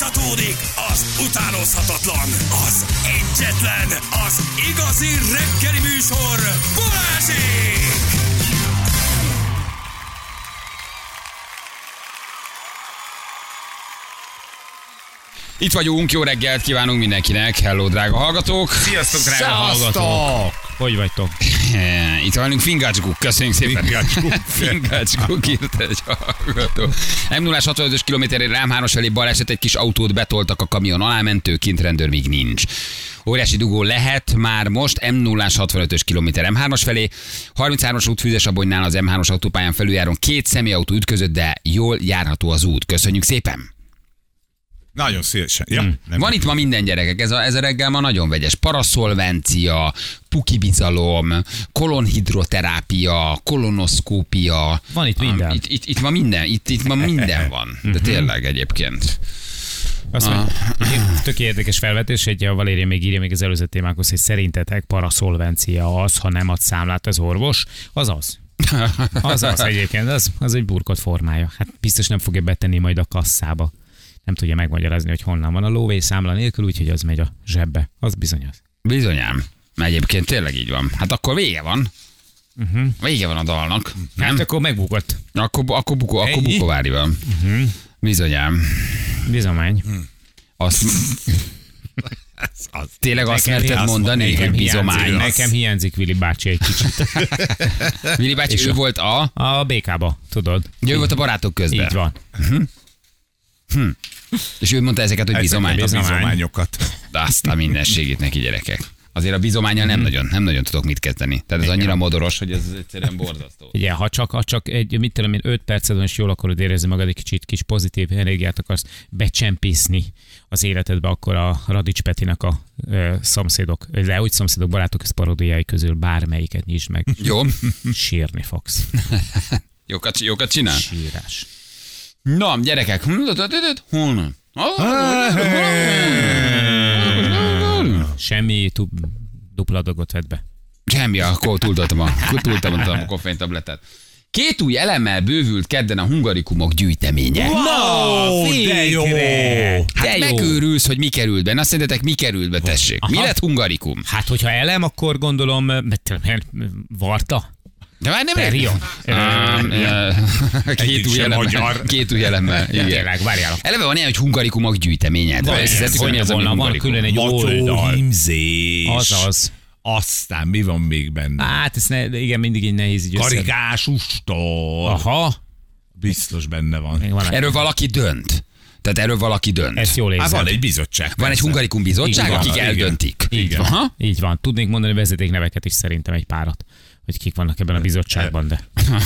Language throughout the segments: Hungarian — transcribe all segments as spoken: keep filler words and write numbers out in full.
Folytatódik az utánozhatatlan, az egyetlen, az igazi reggeli műsor, Balázsék! Itt vagyunk, jó reggelt kívánunk mindenkinek, hello drága hallgatók! Sziasztok drága Szevasztok! hallgatók! Hogy vagytok? Itt vagyunk, Fingácsguk, köszönjük szépen! Fingácsguk. Fingácsguk írt egy hallgató. em nulla hatvanötös kilométerre em hármas felé baleset, egy kis autót betoltak a kamion alá, mentő, kint rendőr még nincs. Óriási dugó lehet már most em nulla hatvanötös kilométer em hármas felé. harmincháros út Füzesabonynál az em hármas autópályán felüljáron két személyautó ütközött, de jól járható az út. Köszönjük szépen! Nagyon szívesen. Ja, Hmm. nem Van itt ma minden gyerekek, ez a, ez a reggel ma nagyon vegyes. Paraszolvencia, pukibizalom, kolonhidroterápia, kolonoszkópia. Van itt minden. Itt, itt, itt ma minden, itt, itt ma minden van. De tényleg egyébként. Azt Ah. mondja, tök érdekes felvetés, hogy a Valéria még írja még az előző témákhoz, hogy szerintetek paraszolvencia az, ha nem ad számlát az orvos, az az. Az az egyébként, az, az egy burkot formája. Hát biztos nem fogja betenni majd a kasszába. Nem tudja megmagyarázni, hogy honnan van a lóvé számla nélkül, úgyhogy az megy a zsebbe. Az bizony az. Bizonyám. Egyébként tényleg így van. Hát akkor vége van. Uh-huh. Vége van a dalnak. Nem? Hát akkor megbukott. Akkor, akkor, bukó, akkor Ennyi? bukovári van. Uh-huh. Bizonyám. Bizomány. Azt, az, az. tényleg azt Nekem merted azt mondani, mondom, hogy Hiányzik, bizomány. nekem hiányzik Vili bácsi egy kicsit. Vili bácsi, ő volt a... A bé ká-ba, tudod. Ő volt a barátok közben. Így van. És ő mondta ezeket, hogy bizomány. Ezeket a bizomány. bizományokat. De azt a mindenségét neki, gyerekek. Azért a bizománnyal nem nagyon, nem nagyon tudok mit kezdeni. Tehát ez annyira modoros, hogy ez egyszerűen borzasztó. Ugye, ha csak, ha csak egy, mit tudom én, öt percet van, és jól akarod érezni magad, egy kicsit kis pozitív energiát akarsz becsempészni az életedbe, akkor a Radics Petinek a ö, szomszédok, de úgy szomszédok, barátok, ez paródiái közül bármelyiket nyisd meg. Jó? Sírni fogsz. Jókat, jókat csinál? Sírás. Na, gyerekek. Honnan? Semmi tu- dupla dolgot vedd be. Semmi, akkor túltoltam a, túltoltam a koffeintabletet. Két új elemmel bővült kedden a hungarikumok gyűjteménye. Wow, de jó! végre! Hát De jó. megőrülsz, hogy mi került be. Na szerintetek mi került be, tessék? Mi Aha. lett hungarikum? Hát, hogyha elem, akkor gondolom, mert, mert Varta? De már nem Perion. Um, két, Egyik új sem elemmel, magyar. két új elemmel. Igen. Tényleg, várjál. Eleve van ilyen, hogy hungarikumok gyűjteménye. De Van, ezt hiszed, hogy mi az, ami volna, van hungarikum? külön egy oldal. Matyóhímzés. Azaz. Aztán mi van még benne? Hát, ez ne, igen, mindig így nehéz így össze. Karikás ustor. Aha. Biztos benne van. Még van egy- Erről valaki dönt. Tehát erről valaki dönt. Ezt jól Hát érzed. van egy bizottság. Van egy persze. hungarikum bizottság, Így van, akik igen. eldöntik. Így van. Aha. Így van. Tudnék mondani vezetékneveket is szerintem egy párat, hogy kik vannak ebben a bizottságban, de...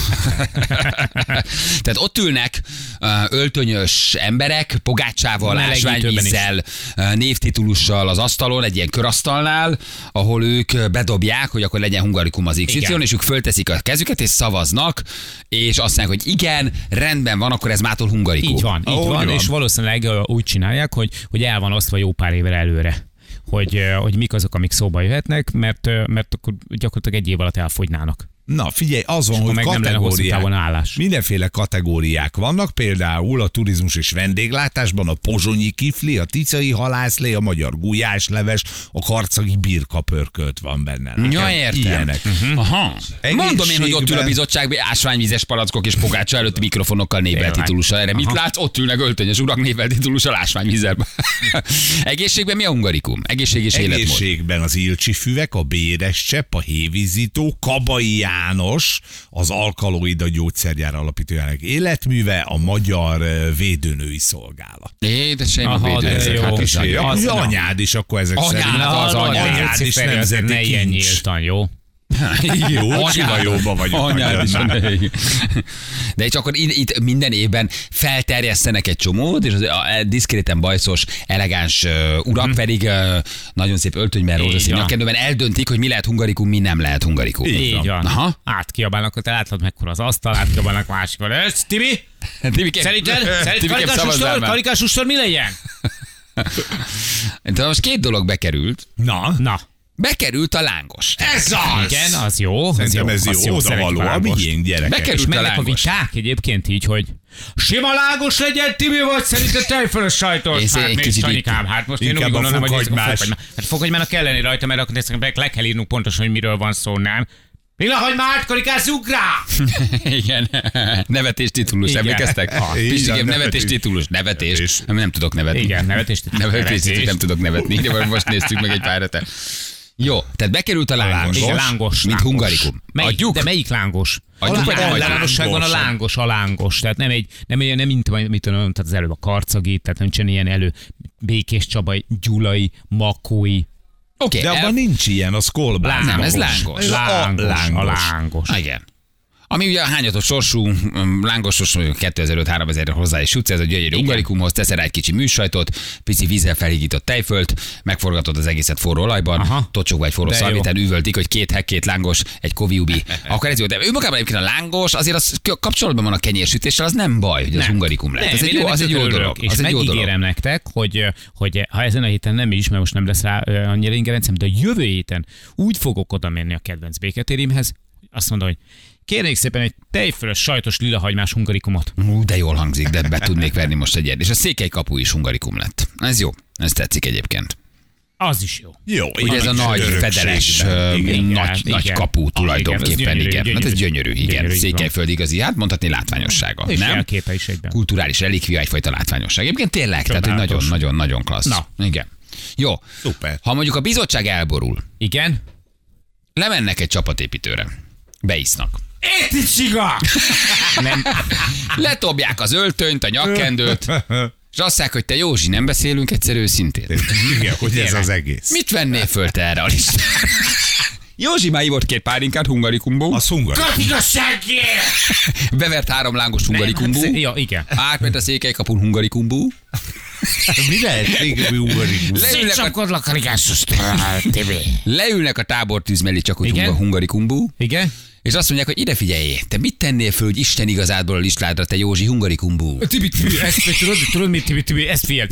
Tehát ott ülnek ö, öltönyös emberek, pogácsával, Melegítőben ásványvízzel, ö, névtitulussal az asztalon, egy ilyen körasztalnál, ahol ők ö, bedobják, hogy akkor legyen hungarikum az iksz ipszilon, Igen. és ők fölteszik a kezüket, és szavaznak, és azt mondják, hogy igen, rendben van, akkor ez mától hungarikum. Így van, így Ahogy van, van. és valószínűleg ö, úgy csinálják, hogy, hogy el van osztva jó pár évvel előre. Hogy, ö, hogy mik azok, amik szóba jöhetnek, mert, ö, mert akkor gyakorlatilag egy év alatt elfogynának. Na figyelj, az van, akkor hogy meg nem lenne hosszú kategóriák. távon állás. Mindenféle kategóriák vannak, például a turizmus és vendéglátásban a pozsonyi kifli, a ticai halászlé, a magyar gulyásleves, a karcagi birka pörkölt van benne. Ja, értem. Ilyenek. Uh-huh. Aha. Mondom én, hogy ott ül a Egészségben- bizottság, ásványvízes palackok és pogácsa előtt mikrofonokkal névveltitulussal. Erre mit Aha. látsz? Ott ülnek öltönyös urak névveltitulussal ásványvízzel. Egészségben mi a hungarikum? Egészség és életmód. Egészségben az ilcsi füvek, a béres csepp, a hévízító, Kabai János, az alkaloida gyógyszergyár alapítójának életműve, a Magyar eh, Védőnői Szolgálat. Édeseim, a Aha, de védőzők. jó. Hát is Az- nagyon. Az, az- anyád is akkor ezek Anyád, szerint. az anyád. anyád is nemzeti ne ilyen kincs. nyíltan, jó? Jó, csivajóba vagyok. Anyád is. nagyon. De és akkor itt, itt minden évben felterjesztenek egy csomót, és az, a, a diszkréten bajszos, elegáns uh, urak pedig uh, nagyon szép öltönyben, rózsaszín Mhm. van. nyakkendőben eldöntik, hogy mi lehet hungarikum, mi nem lehet hungarikum. Így Így van. van. Aha. Átkiabálnak, hogy te látod mekkora az asztal, átkiabálnak másikon. Ez, Tibi? Tibikem, Szerinted? Szerinted Tibikem, karikás szavazzál ustor, már. karikás ustor mi legyen? De most két dolog bekerült. Na, Na, Bekerült a lángos. ez az! igen, az jó. Az Szerintem jó, ez az jó, szeretjük odavaló, a Lángos. miénk gyerekek. Bekerült És a mennek a lángos. viták egyébként így, hogy, Sima lángos legyen, Tibi, vagy szerinted tejfölös sajtos? Én Hát egy nézd, kicsit Sanyikám, hát most én úgy inkább a gondolom, hogy ez a fokhagymás. fokhagymá. Hát fokhagymán kell lenni rajta, mert akkor ezt le kell írnunk pontosan, hogy miről van szó, nem? Villahagymát, karikázzunk rá! Igen. Nevetés titulus, Igen. emlékeztek? Ah, Pistikém, igen, nevetés nevetés. titulus. Nevetés. Nevetés. Nem, nem tudok nevetni. Igen, nevetés. Nevetés, titulus, nem tudok nevetni. De most néztük meg egy pár hete. Jó, tehát bekerült a lángos. Igen, lángos. Mint lángos. hungarikum. Melyik, Adjuk? de melyik lángos? Adjuk, A vagy nem adjuk? általánosságban a lángos, a lángos. Tehát nem egy, nem, egy, nem mint, mit tudom, tehát az előbb a karcagi, tehát nincsen ilyen elő Békés Csabai, Gyulai, Makói. Oké, De el- abban nincs ilyen, az kolbász. Nem, ez lángos. Ez a Lángos, a lángos. lángos. Ah, igen. Ami ugye a hányatott sorsú, um, lángosos, kétezer-öt-háromezer hozzá is jutsz, ez a gyönyörű ungarikumhoz, teszel rá egy kicsi műsajtot, pici vízzel felhigított tejfölt, megforgatod az egészet forró olajban, Aha. tocsogva egy forró De jó. szalvétán üvöltik, hogy két hek, két lángos, egy koviubi. Akkor ez jó, de ő magában egyébként a lángos, azért az kapcsolatban van a kenyérsütéssel, az nem baj, hogy az Nem. ungarikum lett. Nem, Ez egy én jó, ennek az egy jó örülök, dolog. És Az egy jó dolog. megígérem nektek, hogy, hogy ha ezen a héten nem is, mert most nem lesz rá ö, annyira ingerencem, de a jövő héten úgy fogok oda menni a kedvenc béketérimhez, azt mondom, hogy kérnék szépen egy tejfölös, sajtos lilahagymás hungarikumot. Ú, de jól hangzik, de be tudnék verni most egyet. És a székely kapu is hungarikum lett. Ez jó, ez tetszik egyébként. Az is jó. Jó, Ugye ez a nagy, fedeles, ö, Igen. nagy, igen. nagy kapu tulajdonképpen, Igen, ez igen. gyönyörű, Hát ez gyönyörű. gyönyörű, igen. Gyönyörű, így van. Székelyföld igazi, hát mondhatni látványossága, És nem? jelképe is egyben. Kulturális relikvia, egyfajta látványosság. Egyébként tényleg, tehát hogy Csodálatos. nagyon-nagyon-nagyon klassz. Na. Igen. Jó. Szuper. Ha mondjuk a bizottság elborul, Igen? lemennek egy csapatépítőre, beisznak. Érti csiga! Nem. Letobják az öltönyt, a nyakkendőt, és azt mondják, hogy te Józsi, nem beszélünk egyszer őszintén. Igen, hogy ez az egész. Mit vennél föl te erre a listára? Józsi már ivott két pálinkát hungarikumból, A szungar. Igazságért! bevert három lángos hungarikumból, Ja, igen. átment a székelykapun hungarikumból, Mi lehet még ungarikum? leülnek a, Szétcsapkodlak karikásos, Tibi. leülnek a tábortűz mellé csak úgy Igen? hungarikumból, Igen? és azt mondják, hogy ide figyelj, te mit tennél föl, hogy Isten igazádból a listádra, te Józsi hungarikumból? Tibi, Tibi, ezt tudod, tudod mit, Tibi, Tibi, ezt figyeld.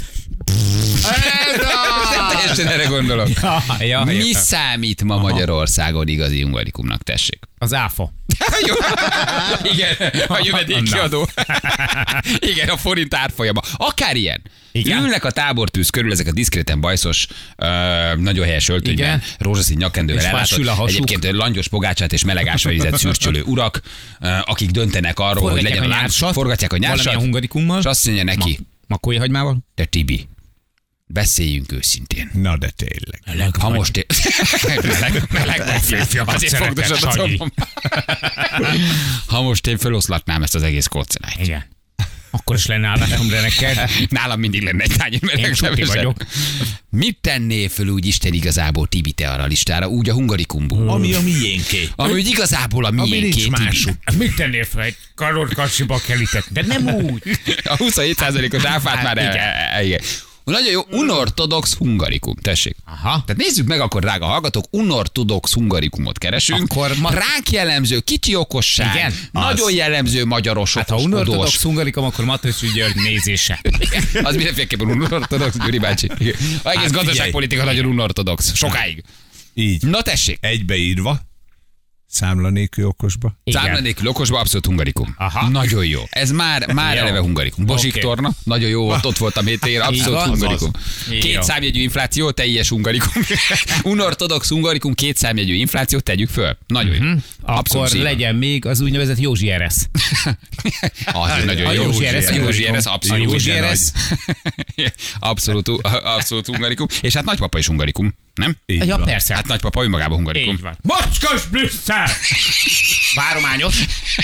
Teljesen erre gondolok. Ja, ja, Mi értem. számít ma Magyarországon igazi hungarikumnak, tessék? Az áfa. Jó. Igen, a jövedékkiadó. Igen, a forint árfolyama. Akár ilyen. Igen. Ülnek a tábortűz körül ezek a diszkréten bajszos, ö, nagyon helyes öltönyben, Igen. rózsaszín nyakkendővel És már ellátott, sül a hasuk. egyébként langyos pogácsát és meleg ásványvizet szürcsölő urak, ö, akik döntenek arról, hogy Forgatják legyen a a láng, nyársat, forgatják a nyársat, valamilyen hungarikummal. és azt mondja neki, Makói hagymával? de Tibi, beszéljünk őszintén. Na de tényleg. Ha most én... meleg, meleg vagy férfiakat azért szeretek, fogdosod a Sanyi. combom. Ha most én feloszlatnám ezt az egész kócenányt. Igen. Akkor is lenne állásom, de neked. Nálam mindig lenne egy tányér Én meleg suti sebesebb. vagyok. Mit tennél föl úgy Isten igazából, Tibi, te arra a listára, úgy a hungarikumból? Ami a miénké. Ami úgy igazából a Ami miénké, nincs Tibi. másuk. Mit tennél fel? Egy karorkacsiba kelített. De nem úgy. A huszonhét százalékos áfát már el, igen. el, el, igen. Nagyon jó, unortodox hungarikum, tessék. Aha. Tehát nézzük meg akkor, drága hallgatók, unortodox hungarikumot keresünk. Akkor ma- Ránk jellemző, kicsi okosság, Igen, nagyon az. jellemző magyaros Hát ha okoskodós. unortodox hungarikum, akkor Matricsi György nézése. Az mindenféleképpen unortodox, Gyuri bácsi. Az egész figyelj. gazdaságpolitika nagyon unortodox. Sokáig. Így. Na tessék. Egybeírva. Számla nélkül okosba. Igen. Számla nélkül okosba, abszolút hungarikum. Aha. Nagyon jó. Ez már, már Jó. eleve hungarikum. Bosik Oké. torna, nagyon jó, ott, ott voltam hét ér, abszolút Igaz? hungarikum. Jó. Két számjegyű infláció, teljes hungarikum. Unortodox hungarikum, két számjegyű infláció, tegyük föl. Nagyon jó. Abszolút Akkor szíven. legyen még az úgynevezett Józsi Eresz. Az nagyon A jó. Józsi Eresz, A Józsi hungarikum. Eresz, A abszolút. Józsi Józsi Eresz. Abszolút, abszolút hungarikum. És hát nagypapa is hungarikum, nem? Így Ja, van. persze. Hát nagypapa önmagában hungarikum. Így van. Mocskos Brüsszel! Várományos.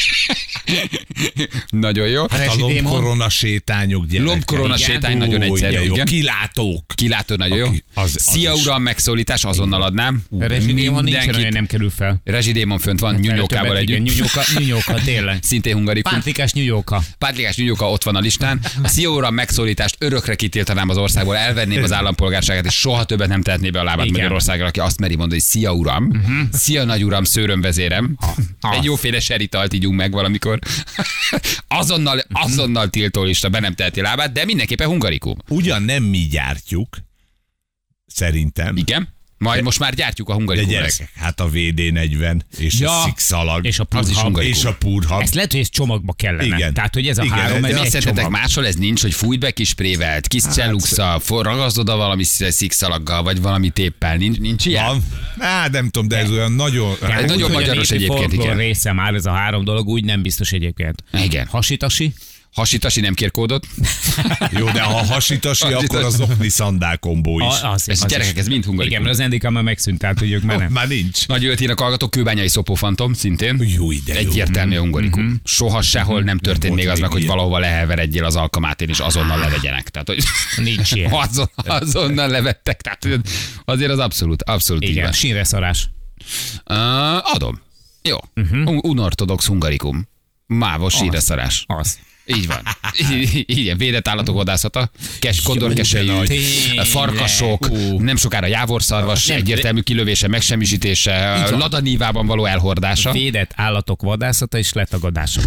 Nagyon jó. Hát a Rezsidémon. lombkorona sétányok gyereke. Lombkorona Igen. sétány nagyon Ó, egyszerű. de jó. Igen. Kilátók. Kilátó nagyon jó. Aki- az- az Szia is. uram, megszólítás, azonnal adnám. Rezsidémon nincsen Mindenkit- olyan, nem kerül fel. Rezsidémon fönt van, nyúnyókával Többet, igen, együtt. Nyúnyóka, nyúnyóka, tényleg. Szintén hungarikum. Pántlikás nyúnyóka. Pátlikás nyúnyóka ott van a listán. A szia uram megszólítást örökre kitiltanám az országból, elvenném az állampolgárságát, és soha többet nem tehetné be a lábát Igen. Magyarországra, aki azt meri mondani, hogy szia uram, uh-huh. szia nagy uram, szőrömvezérem. Ha. Egy jóféle seritalt ígyunk meg valamikor. azonnal, azonnal tiltó lista, be nem teheti lábát, de mindenképpen hungarikum. Ugyan nem mi gyártjuk, szerintem, Igen? Majd most már gyártjuk a De hungarikum. gyerekek, hát a vé dé negyven és Ja, a szikszalag. és a Az is purhab. hungarikum. És a purhab. Ez lehet, hogy ez csomagba kellene. Igen. Tehát, hogy ez a Igen, három, de ez De azt egy szerintetek csomag. máshol ez nincs, hogy fújt be kis prévelt, kis Hát, celluxa, for- ragasztod oda valami szikszalaggal, vagy valami téppel. Nincs, nincs ilyen? Van? Á, nem tudom, de ez olyan nagyon... Ez Úgy, nagyon hogy a magyaros népi egyébként, folklór igen. része már ez a három dolog, úgy nem biztos egyébként. Igen. Hasitasi? Hasitasi nem kér kódot. Jó, de ha hasitasi, akkor az okni szandál kombó is. A, az, Ez az gyerekek, is. ez mind hungarikum. Igen, mert az Endika már megszűnt, tehát tudjuk már nem. Már nincs. Nagy öltének hallgatók, kőbányai szopófantom, szintén. Jó, de jó. Egyértelmű a hungarikum. Soha sehol nem történt volt még az még meg, hogy ilyen. valahova leheveredjél az alkamátén, és azonnal levegyenek. Tehát, hogy Nincs ilyen. azon, azonnal levettek. Tehát hogy azért az abszolút, abszolút így Igen, van. sínre szarás. Uh, adom. Jó. Uh-huh. Unortodox hungarikum. Mávos síreszarás. Az. Így van. I- Igen, védett állatok vadászata, kes, kondorkesejű, Tényleg. farkasok, Ú. nem sokára jávorszarvas, Nem, egyértelmű kilövése, megsemmisítése, van. ladanívában való elhordása. Védett állatok vadászata és letagadása.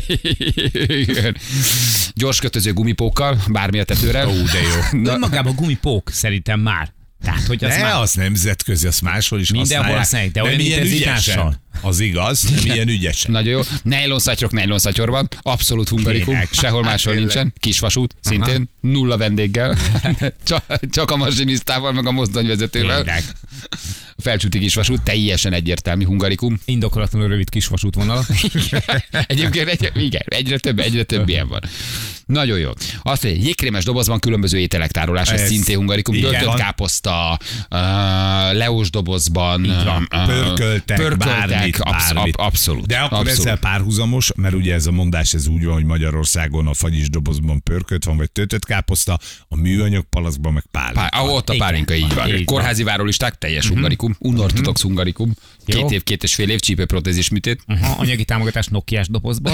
Igen. Gyors kötöző gumipókkal, bármi a tetőre. Ó, de jó. De magában gumipók szerintem már. Tehát, hogy az Ne, már... az nemzetközi, az máshol is Mindenhol használják. használják, de Nem olyan ilyen intenzitással. ügyesen. Az igaz, nem ilyen ügyesen. Nagyon jó. Nejlon szatyrok, nejlon szatyorban. Abszolút hungarikum. Tényleg. Sehol máshol Tényleg. nincsen. Kisvasút, szintén. Nulla vendéggel. csak, csak a masinisztával, meg a mozdonyvezetővel. Tényleg. Felcsúti kisvasút, teljesen egyértelmű hungarikum. Indokolatlanul rövid kis vasútvonal. Egyébként egy, igen, egyre több, egyre több ilyen van. Nagyon jó. Azt mondja, jégkrémes dobozban különböző ételek tárolása, ez Ez- szintén hungarikum. igen. Töltött Van. káposzta, uh, leós dobozban, van. uh, Pörköltek, bármit, absz- bármit. ab- abszolút. De akkor abszolút. ezzel párhuzamos, mert ugye ez a mondás ez úgy van, hogy Magyarországon a fagyis dobozban pörkölt van, vagy töltött káposzta, a műanyag palacban meg pálinka. Pá, ah, ott a Igen. pálinka, így van. Így van. Kórházi várólisták, teljes hungarikum, unortodox hungarikum, Jó. két év, két és fél év csípőprotézis műtét. Aha, anyagi támogatás Nokiás dobozban.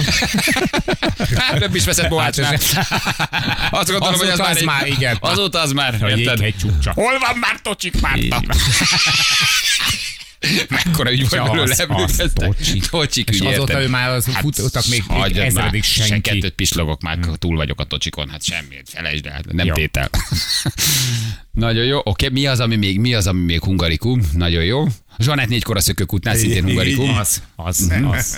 Hát nem is veszed Mohácsnál. Azt gondolom, hogy az, Azóta már, az egy- már, igen. Azóta az már, A érted? jéghegy csúcsa. Hol van már Tocsik Márta? Mekkora ügy Ja, van belőle, az- az emlékeztek? Tocsik. Tocsik És ügy, azóta érted? ő már az futottak még- még hagyjad ezredik már, senki. Se kettőt pislogok, már túl vagyok a Tocsikon, hát semmi, felejtsd el, nem Jó. tétel. Nagyon jó, oké, mi az, ami még, mi az, ami még hungarikum? Nagyon jó. Zsanett négykor a szökőkútnál szintén hungarikum. Az, az, az.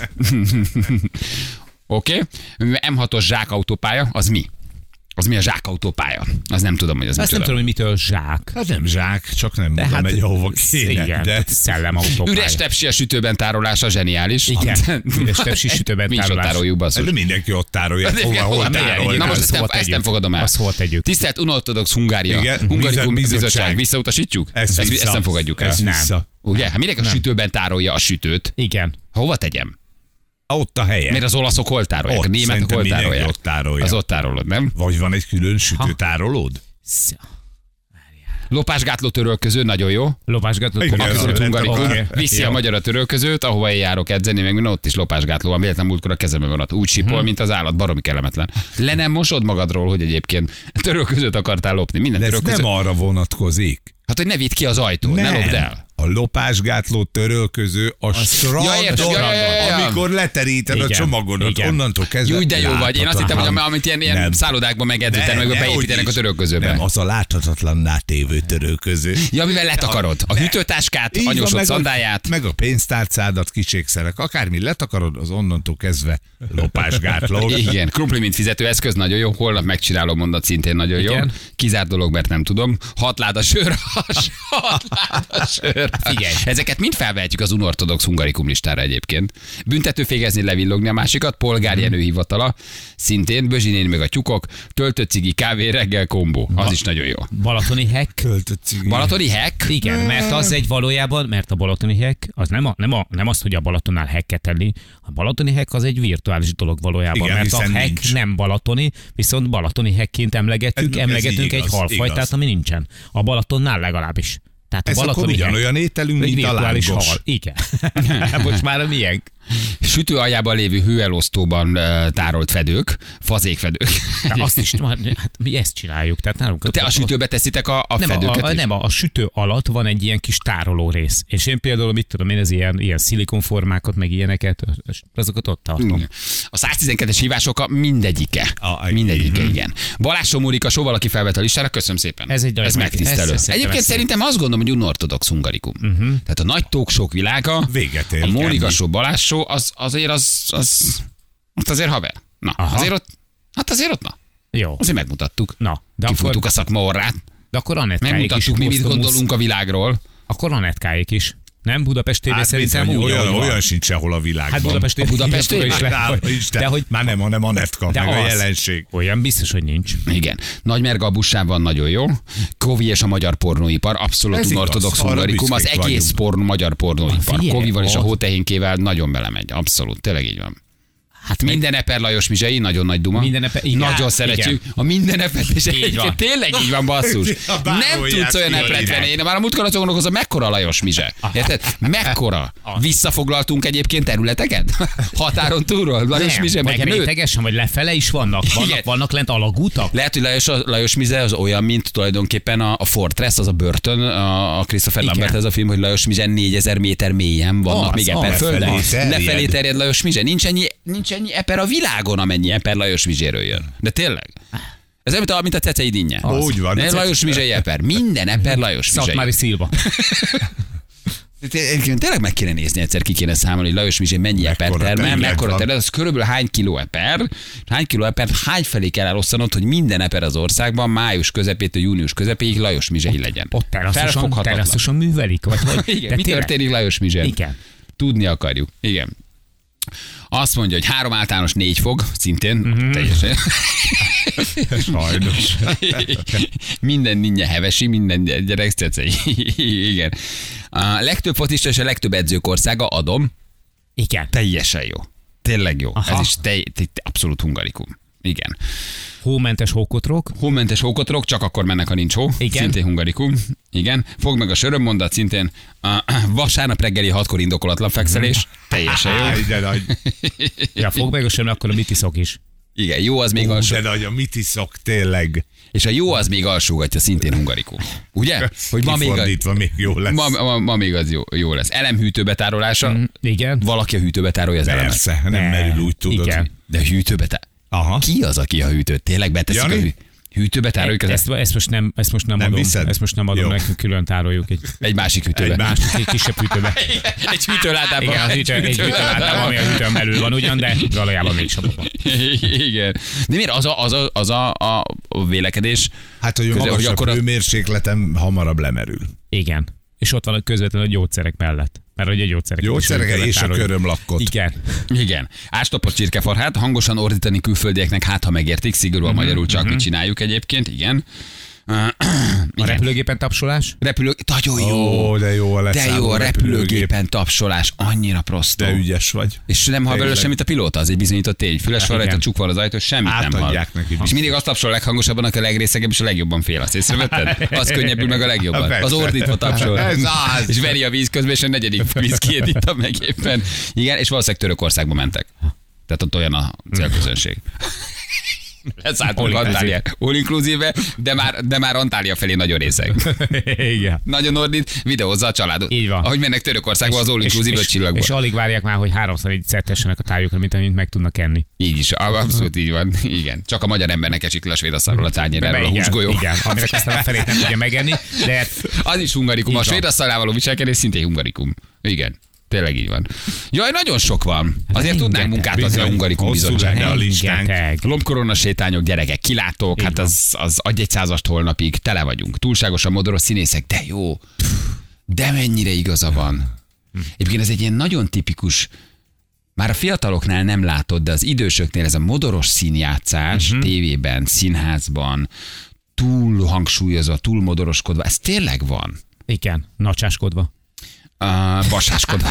Oké. em hatos zsákautópálya, az mi? Az mi a zsákautópálya? Az nem tudom, hogy az Azt nem micsoda. tudom, hogy mitől zsák. Hát nem zsák, csak nem oda hát megy, ahova kéne. igen, De szellemautópálya. Üres tepsi a sütőben tárolása, zseniális. Igen, üres tepsi sütőben Mi is ott tárolás. tároljuk, basszus. de mindenki ott tárolja. Hát, Hova, igen, hol hol tárolja. megyek? Na most azt ezt nem, hova ezt nem tegyük? fogadom el. Azt hol tegyük? Tisztelt unortodox Hungária. Igen, Hungarikum bizottság. bizottság. Visszautasítjuk? Ez ezt, vissza. ezt nem fogadjuk el. Ez Nem. vissza. Ugye? Hát minek a sütőben tárolja a sütőt? Igen. Hova tegyem? Ott a helye. Miért az olaszok hol tárolják? Ott, A németek szerintem hol mindenki tárolják? ott tárolja. Az ott tárolod, nem? Vagy van egy külön sütőtárolód? Sz- Lopásgátló törölköző, nagyon jó. Lopásgatott Igen, török. az Abszolút lett hungarikum. volna. Viszi a Jó. magyar a törölközőt, ahova én járok edzeni, meg minden ott is lopásgátló van. Véletlen múltkor a kezemben van ott. Úgy sipol, mint az állat, baromi kellemetlen. Le nem mosod magadról, hogy egyébként törölközőt akartál lopni. Minden De ez törölköző. nem arra vonatkozik. Hát, hogy ne vidd ki az ajtót, ne lopd el. A lopásgátló törölköző a strandon, Ja, értem, ja, ja, ja, ja. amikor leteríted a Igen, csomagodat, igen. onnantól kezdve Jó, de jó vagy. Én azt hittem, hogy láthatatlan. amit ilyen, ilyen Nem. szállodákban meg Ne, edzőtermekben nehogy beépítenek a is. törölközőbe. Nem, az a láthatatlanná tévő törölköző. Ja, mivel letakarod? A Ne. hűtőtáskát, Így van, anyósod meg a- szandáját. Meg a pénztárcádat kicsékszelek. Akármi letakarod, az onnantól kezdve lopásgátló. Igen, krumpli, mint fizetőeszköz, nagyon jó. Holnap megcsinálom mondat, szintén nagyon jó. Igen. Kizárt dolog, mert nem tudom. Hat láda sör, has, hat láda sör. Figyelj. Ezeket mind felvehetjük az unortodox hungarikum listára egyébként. Büntetőfégezni, levillogni a másikat, polgárjenő hivatala, szintén Bözsinéni meg a tyúkok, töltött cigi, kávé, reggel kombó. Az is nagyon jó. Balatoni hekk. Költött cigi. Balatoni hack? Igen, mert az egy valójában, mert a balatoni hack, az nem, a, nem, a, nem az, hogy a Balatonnál hacket tenni, a balatoni hack az egy virtuális dolog valójában, Igen, mert a hiszen hack nincs. nem balatoni, viszont balatoni hackként emlegetünk, Ez- ez emlegetünk így egy igaz, halfajtát, igaz. ami nincsen. A Balatonnál legalábbis. Tehát a Ez akkor balatoni hack ugyanolyan ételünk, egy mint a virtuális lángos. hal. Igen. Most már a miénk. Sütő aljában lévő hőelosztóban uh, tárolt fedők, fazékfedők. De azt is, hát mi ezt csináljuk. Tehát nálunk Te a sütőbe teszitek a, a nem, fedőket a, a, is? nem, a, a sütő alatt van egy ilyen kis tároló rész. És én például, mit tudom én, az ilyen, ilyen szilikonformákat, meg ilyeneket, azokat ott tartom. A száztizenkettes hívások mindegyike. A- mindegyike, Mhm. igen. Balázs Somórika show valaki felvett a listára, köszönöm szépen. Ez egy ez nagy- megtisztelő. ez- ez- Egyébként ez- szerintem azt gondolom, hogy unortodox hungarikum. Uh-huh. Tehát a nagy talkshow világa, Véget ér. a Mónika Ennyi. show, Balázs show, az azért az, az, ott azért haver. Na, Aha. azért ott, hát azért ott, na, Jó. azért megmutattuk. Na, de Kifuttuk akkor, a szakma orrát, de akkor Anetkáék is. megmutattuk, mi mit Mosztomusz. gondolunk a világról. Akkor Anetkáék is. Nem? Budapest té vé Hát szerintem bizony, úgy, olyan, ahogy van. olyan sincs sehol a világban. Hát Budapest A Budapest té vé? is lehet, hogy- Isten, de hogy már nem, hanem a Netka, de meg a az. jelenség. Olyan biztos, hogy nincs. Igen. Nagymerga a buszsában nagyon jó. Kovi és a magyar pornóipar, abszolút Ez igaz, unortodox arra hungarikum, az büszkék egész vagyunk. porn, magyar pornóipar. Figyelj, Kovival és a az- hótehénkével nagyon belemegy. Abszolút, tényleg így van. Hát minden Eper Lajos Mizsei, nagyon nagy duma. Minden Eper- igen. Nagyon Igen. szeretjük. A minden Epert, és van. egyébként tényleg így van, basszus. Ja, Nem bárhol tudsz olyan játsz, Epret jól venni. írják. Én már a múltkor azon gondolkozom, mekkora Lajos Mizse. Érted? Mekkora? Visszafoglaltunk egyébként területeket? Határon túlról? Lajos Nem, Mizse vagy megnőtt? rétegesen, vagy lefele is vannak. Vannak, Igen. vannak lent alagútak. Lehet, hogy Lajos, Lajos Mize az olyan, mint tulajdonképpen a, a Fortress, az a börtön, a, a Christopher Igen. Lambert ez a film, hogy Lajos Mize négyezer méter mélyen vannak Az, még az. eper földön. Lefelé terjed. Lefelé terjed Lajos Mize. Nincs ennyi, nincs ennyi eper a világon, amennyi eper Lajos Mizséről jön. De tényleg. Ez olyan, mint a, mint a Cecei dinnye. Az. Úgy van. Ne, Lajos Mizsei eper. Minden eper Lajos Szatmári Mizsei. Szilva. Egyébként tényleg meg kéne nézni, egyszer ki kéne számolni, hogy Lajos Mizsé mennyi eper Mekkora termel, terület mekkora van. terület, az körülbelül hány kiló eper, hány kiló eper, hány felé kell elosztanod, hogy minden eper az országban május közepétől június közepéig Lajos Mizsei legyen. Ott teraszosan, Felfoghatatlan. teraszosan művelik. Vagy, vagy, Igen, de mi tényleg? történik Lajos Mizsén? Igen. Tudni akarjuk. Igen. Azt mondja, hogy három általános négy fog, szintén, mm-hmm. teljesen. Sajnos. Minden ninnye hevesi, minden gyerek cecei. Igen. A legtöbb focista és a legtöbb edzők országa, adom, Igen. teljesen jó. Tényleg jó. Aha. Ez is te, te, te, abszolút hungarikum. Igen. Hómentes hókotrok. Hómentes hókotrok, csak akkor mennek, ha nincs hó. Igen. Szintén hungarikum. Igen. Fogd meg a sörömmondat, szintén a vasárnap reggeli hatkor indokolatlan fekszelés. Teljesen Á, jó. de nagy, Ja, fog meg a sem, akkor a mit iszok is. Igen, jó az még Ú, alsó. de nagy, a mit iszok, tényleg. És a jó az még alsógatja, szintén hungarikum. Ugye? Hogy ma még, a, Kifordítva még jó lesz. ma, ma, ma még az jó, jó lesz. Elem hűtőbetárolása. Mm, igen. Valaki a hűtőbe tárolja az elemet. Persze, nem Ne. merül úgy, tudod. Igen. De hűtőbe tá... Aha. Ki az, aki a hűtőt? Tényleg beteszik Jani? a hű... hűtőbe tároljuk az Ezt, ezt, most nem, ezt most nem, Nem adom. viszed? Ezt most nem adom, Jó. nekünk külön tároljuk egy egy másik hűtőbe. Egy másik, egy kisebb hűtőbe. Egy hűtőládában. Igen, egy, hűtő, egy hűtőlátám, ami a hűtőn belül van ugyan, de valójában mégsem van. Igen. De miért az a, az a, az a, a a vélekedés? Hát, hogy a Közel, hogy magasabb akkor a- hőmérsékleten hamarabb lemerül. Igen. És ott van a közvetlenül a gyógyszerek mellett. Mert hogy a gyógyszerek Gyógyszerek és a körömlakkot. Igen. Igen. Ástopos csirkefarhát, hangosan ordítani külföldieknek, hát ha megértik, szigorúan Mhm, magyarul csak mi csináljuk egyébként, igen. A repülőgépen tapsolás? Repülő... Nagyon jó. Ó, de jó a De leszálló jó, a repülőgép. repülőgépen tapsolás, annyira prostó. De ügyes vagy. És nem hall belőle Tényleg. semmit a pilóta, az egy bizonyított tény. Füles van Igen. rajta, csukva van az ajtó, semmit nem hall. Átadják neki. És mindig azt tapsol a leghangosabban, aki a legrészegebb és a legjobban fél. Azt észrevetted? Az könnyebbül meg a legjobban. Persze. Az ordítva tapsol. Ez az. És veri a víz közben, és a negyedik vízkét itta meg éppen. Igen, és valószínűleg Törökországba mentek. Tehát ott olyan a célközönség. Leszálltunk All Antália. All inclusive, de már, de már Antália felé nagyon részeg. Igen. Nagyon ordít, videózza a családot. Így van. Ahogy mennek Törökországba az all és, inclusive öt és, csillagba. és alig várják már, hogy háromszor így szettessenek a tájukra, mint amit meg tudnak enni. Így is, abszolút így van. Igen. Csak a magyar embernek esik le a svéd asztalról a tányér erről a igen, húsgolyó. igen, aminek aztán a felét nem tudja megenni, de Az is hungarikum. A Így van. svéd asztalnál való viselkedés szintén hungarikum. Igen. Tényleg így van. Jaj, nagyon sok van. Azért tudnánk rengeteg. munkát adni a Bizony. hungarikum Hosszú bizottságnak. lenne a listánk. rengeteg. Lombkorona sétányok, gyerekek, kilátók, Így hát van. az, az adj egy százast holnapig, tele vagyunk. Túlságosan modoros színészek, de jó. De mennyire igaza van. Egyébként ez egy ilyen nagyon tipikus, már a fiataloknál nem látod, de az idősöknél ez a modoros színjátszás uh-huh. tévében, színházban, túl hangsúlyozva, túl modoroskodva, ez tényleg van. Igen, nacsáskodva. Uh, vasáskodva.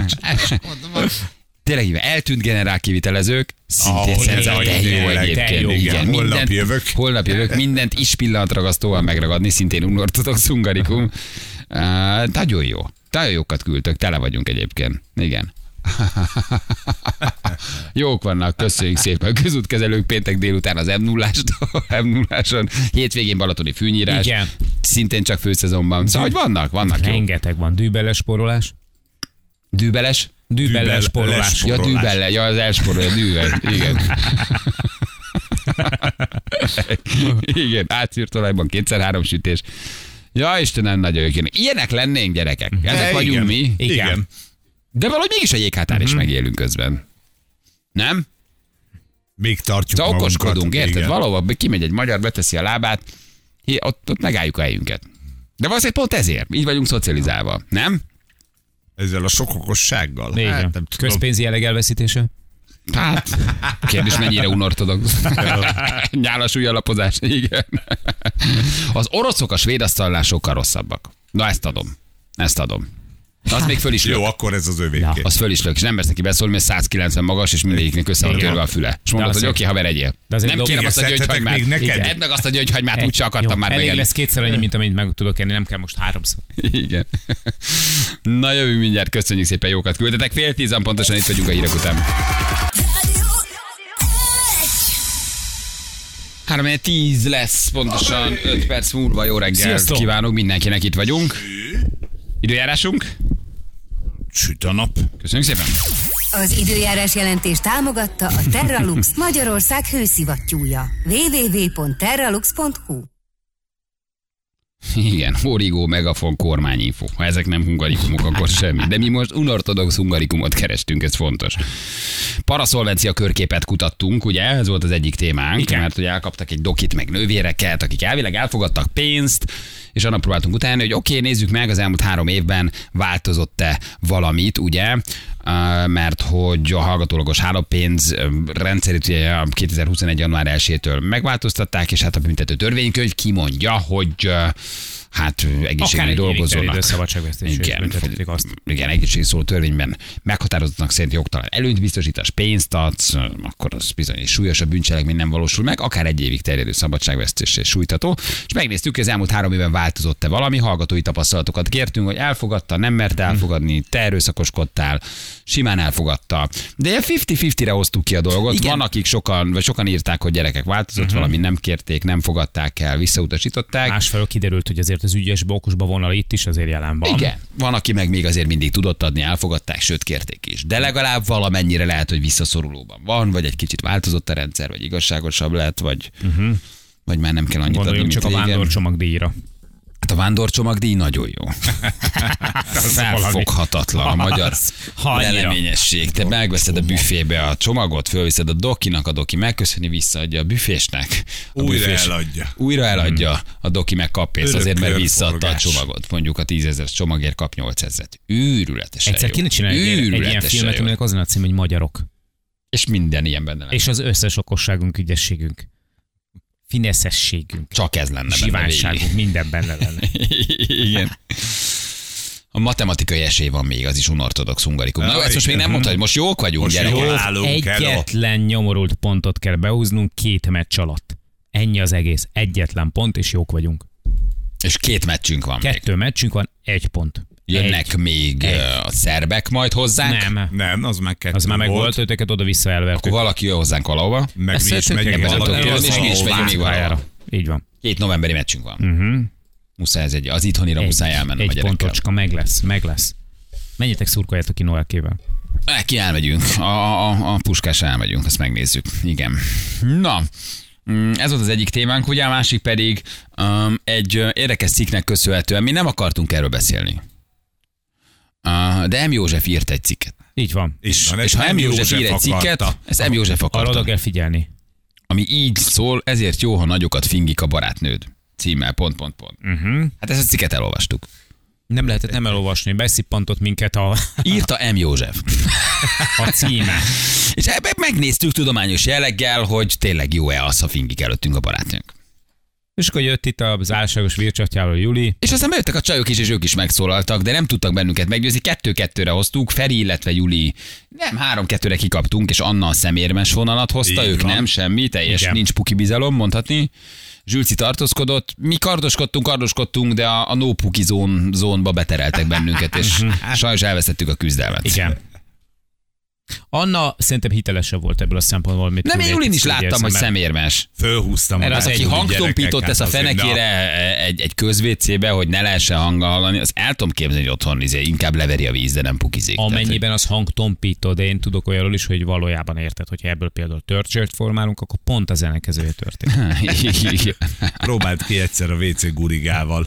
Tényleg így van. Eltűnt generál kivitelezők, szintén Ahol szenzáció, de jó tényleg, egyébként. de jó, Igen, holnap mindent- jövök. Holnap jövök, mindent is pillanatragasztóan megragadni, szintén unortodox hungarikum. Uh, nagyon jó. Nagyon jókat küldtök, tele vagyunk egyébként. Igen. Jók vannak, köszönjük szépen. Közútkezelők péntek délután az em nullástól, em nulláson, hétvégén balatoni fűnyírás. Igen. Szintén csak főszezonban. Szóval, hogy vannak, vannak jó. Rengeteg van. Dűbeles sporolás. Dűbeles? Dűbeles sporolás. Ja, dűbelle, ja, az elsporolja, dűvel. Igen. Igen, átszűrt kétszer három sütés. Ja, Istenem, nagyon jók. Ilyenek lennénk, gyerekek. Ezek De vagyunk igen. mi. Igen. De valahogy mégis a jéghátán is megélünk közben. Nem? Még tartjuk Szóval magunkat. okoskodunk, érted? Igen. Valahol kimegy egy magyar, beteszi a lábát, hi- ott, ott megálljuk a helyünket. De valószínűleg pont ezért. Így vagyunk szocializálva. Nem? Ezzel a sok okossággal. Igen. Hát, nem tudom. Közpénzi jelleg elveszítése. Hát, kérdés mennyire unortodox. Nyálas újalapozás, igen. Az oroszok a svéd asztalnál sokkal rosszabbak. Na ezt adom. Ezt adom. Az még föl is lök. Jó, akkor ez az övéké. Az föl is lök, és nem vesz neki beszólni, mert száz kilencven magas, és mindegyiknek össze van Igen. törve a füle. És mondod, hogy azért- oké, haver, egyél. de azért Nem dob- kérem igen, azt a szedhetek gyöngyhagymát. még neked? Igen, edd meg azt a gyöngyhagymát, úgyse akartam Jó, már elég megenni. lesz kétszer annyi, mint amit meg tudok enni, nem kell most háromszor. Igen. Na jövünk mindjárt, köszönjük szépen, jókat küldetek. Fél tízan pontosan itt vagyunk a hírek után. három tíz lesz, pontosan öt perc múlva. Jó reggel Sziasztok! kívánunk mindenkinek, itt vagyunk. Időjárásunk? Süt a nap. Köszönjük szépen. Az időjárás jelentés támogatta a Terralux Magyarország hőszivattyúja. double-u double-u double-u pont terralux pont hu. Igen, Origo, Megafon, kormányinfo. Ha ezek nem hungarikumok, akkor semmi. De mi most unortodox hungarikumot kerestünk, ez fontos. Paraszolvencia körképet kutattunk, ugye? Ez volt az egyik témánk, Igen. mert hogy elkaptak egy dokit, meg nővéreket, akik elvileg elfogadtak pénzt, és annak próbáltunk utána, hogy oké, okay, nézzük meg, az elmúlt három évben változott-e valamit, ugye? Uh, mert hogy a hallgatólagos hálapénz rendszerét ugye a kétezer-huszonegy. január elsejétől megváltoztatták, és hát a büntető törvénykönyv kimondja, hogy uh, hát egészségügyi Akár egy dolgozónak. évig szabadságvesztés. Igen, igen, egészségügyi szóló törvényben meghatározottnak szerint jogtalan előnyt biztosítasz, pénzt adsz, akkor az bizony egy súlyosabb bűncselekmény nem valósul meg, akár egy évig terjedő szabadságvesztéssel sújtható. És megnéztük, hogy az elmúlt három évben változott-e valami, hallgatói tapasztalatokat kértünk, hogy elfogadta, nem mert elfogadni, te erőszakoskodtál, simán elfogadta. De ilyen fifty-fifty-re hoztuk ki a dolgot. Igen. Van, akik sokan, vagy sokan írták, hogy gyerekek változott, uh-huh. valami nem kérték, nem fogadták el, visszautasították. Másfelől kiderült, hogy azért az ügyesbe, okosba vonal itt is azért jelen van. Igen. Van, aki meg még azért mindig tudott adni, elfogadták, sőt kérték is. De legalább valamennyire lehet, hogy visszaszorulóban van, vagy egy kicsit változott a rendszer, vagy igazságosabb lett, vagy, uh-huh. vagy már nem kell annyit Gondoljunk adni, csak mint a régen. vándorcsomagdíjra. Hát a vándorcsomagdíj nagyon jó. Felfoghatatlan a magyar Annyira. leleményesség. Te megveszed a büfébe a csomagot, fölviszed a dokinak, a doki megköszöni, visszaadja a büfésnek. A Újra büfés eladja. Újra eladja, a doki meg kap pénzt Örök azért, mert visszaadta a körforgás. csomagot. Mondjuk a tízezer csomagért kap nyolcezret. Őrületesen Egyszer jó. kéne csinálni egy, ilyen- egy ilyen Őrületesen filmet, jó. aminek az a cím, hogy Magyarok. És minden ilyen benne lenne. És az összes okosságunk, ügyességünk. Fineszességünk. Csak ez lenne benne végig. Zsiványságunk, minden benne lenne. Igen. A matematikai esély van még, az is unortodox hungarikum. Na, Ja, ezt most még igen. nem mondta, hogy most jók vagyunk, Most gyerekek. jó. Állunk el a- Egyetlen nyomorult pontot kell behúznunk két meccs alatt. Ennyi az egész. Egyetlen pont, és jók vagyunk. És két meccsünk van még. Kettő meccsünk van, egy pont. Jönnek Egy. még Egy. ö, a szerbek majd hozzánk. Nem. Nem, az már kettő Az már meg volt. volt, őteket oda-vissza Akkor elvertük. valaki jön hozzánk valahova. Meg Ezt mi is szeretnék megyünk ebben valahol. nem tudok Az és mi is ahol megyünk még vár. valahol. Így van. Két novemberi meccsünk van. Uh-huh. Muszáj ez egy, az itthonira muszáj elmennem a egy gyerekkel. pontocska, meg lesz, meg lesz. Menjetek, szurkoljátok ki Noelkével. Eh, Ki elmegyünk, a, a, a puskásra elmegyünk, azt megnézzük. Igen. Na, mm, ez volt az egyik témánk, ugye a másik pedig um, egy ö, érdekes cikknek köszönhetően mi nem akartunk erről beszélni. Uh, de M. József írt egy cikket. Így van. És, van, És ha M. József ír egy cikket, akarta. ez M. József Arra oda akarta. kell figyelni. Ami így szól, ezért jó, ha nagyokat fingik a barátnőd. Címmel, pont, pont, pont. Uh-huh. Hát ezt a cikket elolvastuk. Nem lehetett nem elolvasni, beszippantott minket a, Írta M. József. a címe. És ebben megnéztük tudományos jelleggel, hogy tényleg jó-e az, ha fingik előttünk a barátnőnk. És akkor jött itt az álságos vircsatjával Juli. És aztán bejöttek a csajok is, és ők is megszólaltak, de nem tudtak bennünket meggyőzni. Kettő-kettőre hoztuk, Feri, illetve Juli. Nem, három-kettőre kikaptunk, és Anna a szemérmes vonalat hozta, Így ők van. nem, semmi, teljes, Igen. nincs puki bizalom, mondhatni. Zsülci tartózkodott, mi kardoskodtunk, kardoskodtunk, de a, a no puki zón, zónba betereltek bennünket, és sajnos elvesztettük a küzdelmet. Igen. Anna szerintem hitelesebb volt ebből a szempontból, mint Nem, én Julin is láttam, hogy szemérmes. Fölhúztam. Mert a az Aki egy hangtompított gyerekeket, tesz a azért, fenekére egy, egy közvécébe, hogy ne lehessen hanggal hallani, az el tudom képzelni, hogy otthon izé, inkább leveri a víz, de nem pukizik. Amennyiben az hangtompító, de én tudok olyanról is, hogy valójában érted, hogyha ebből például törcsölt formálunk, akkor pont az ellenkezője történik. na. Próbáld ki egyszer a vé cé gurigával.